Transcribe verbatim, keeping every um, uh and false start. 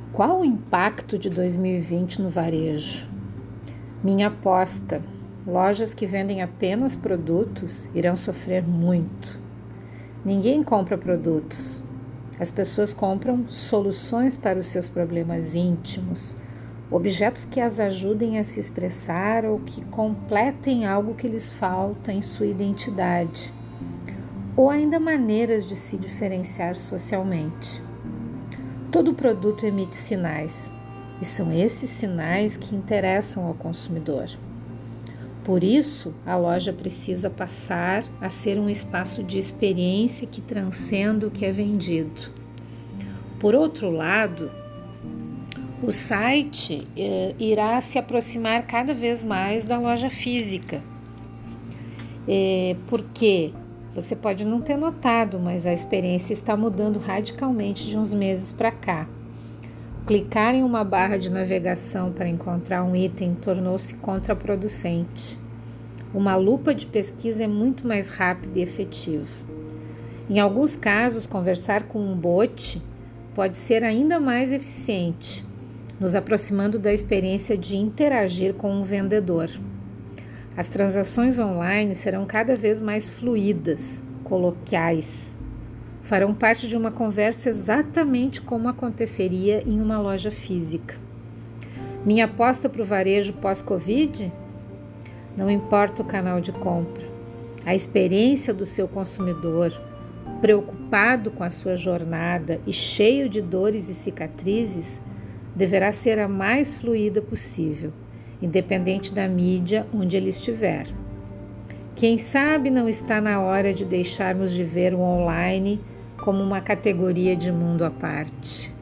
Qual o impacto de dois mil e vinte no varejo? Minha aposta: lojas que vendem apenas produtos irão sofrer muito. Ninguém compra produtos. As pessoas compram soluções para os seus problemas íntimos, objetos que as ajudem a se expressar ou que completem algo que lhes falta em sua identidade, ou ainda maneiras de se diferenciar socialmente. Todo produto emite sinais, e são esses sinais que interessam ao consumidor. Por isso, a loja precisa passar a ser um espaço de experiência que transcenda o que é vendido. Por outro lado, o site eh, irá se aproximar cada vez mais da loja física. Eh, por quê? Você pode não ter notado, mas a experiência está mudando radicalmente de uns meses para cá. Clicar em uma barra de navegação para encontrar um item tornou-se contraproducente. Uma lupa de pesquisa é muito mais rápida e efetiva. Em alguns casos, conversar com um bot pode ser ainda mais eficiente, nos aproximando da experiência de interagir com um vendedor. As transações online serão cada vez mais fluídas, coloquiais. Farão parte de uma conversa exatamente como aconteceria em uma loja física. Minha aposta para o varejo pós-Covid? Não importa o canal de compra. A experiência do seu consumidor, preocupado com a sua jornada e cheio de dores e cicatrizes, deverá ser a mais fluida possível, independente da mídia onde ele estiver. Quem sabe não está na hora de deixarmos de ver o online como uma categoria de mundo à parte.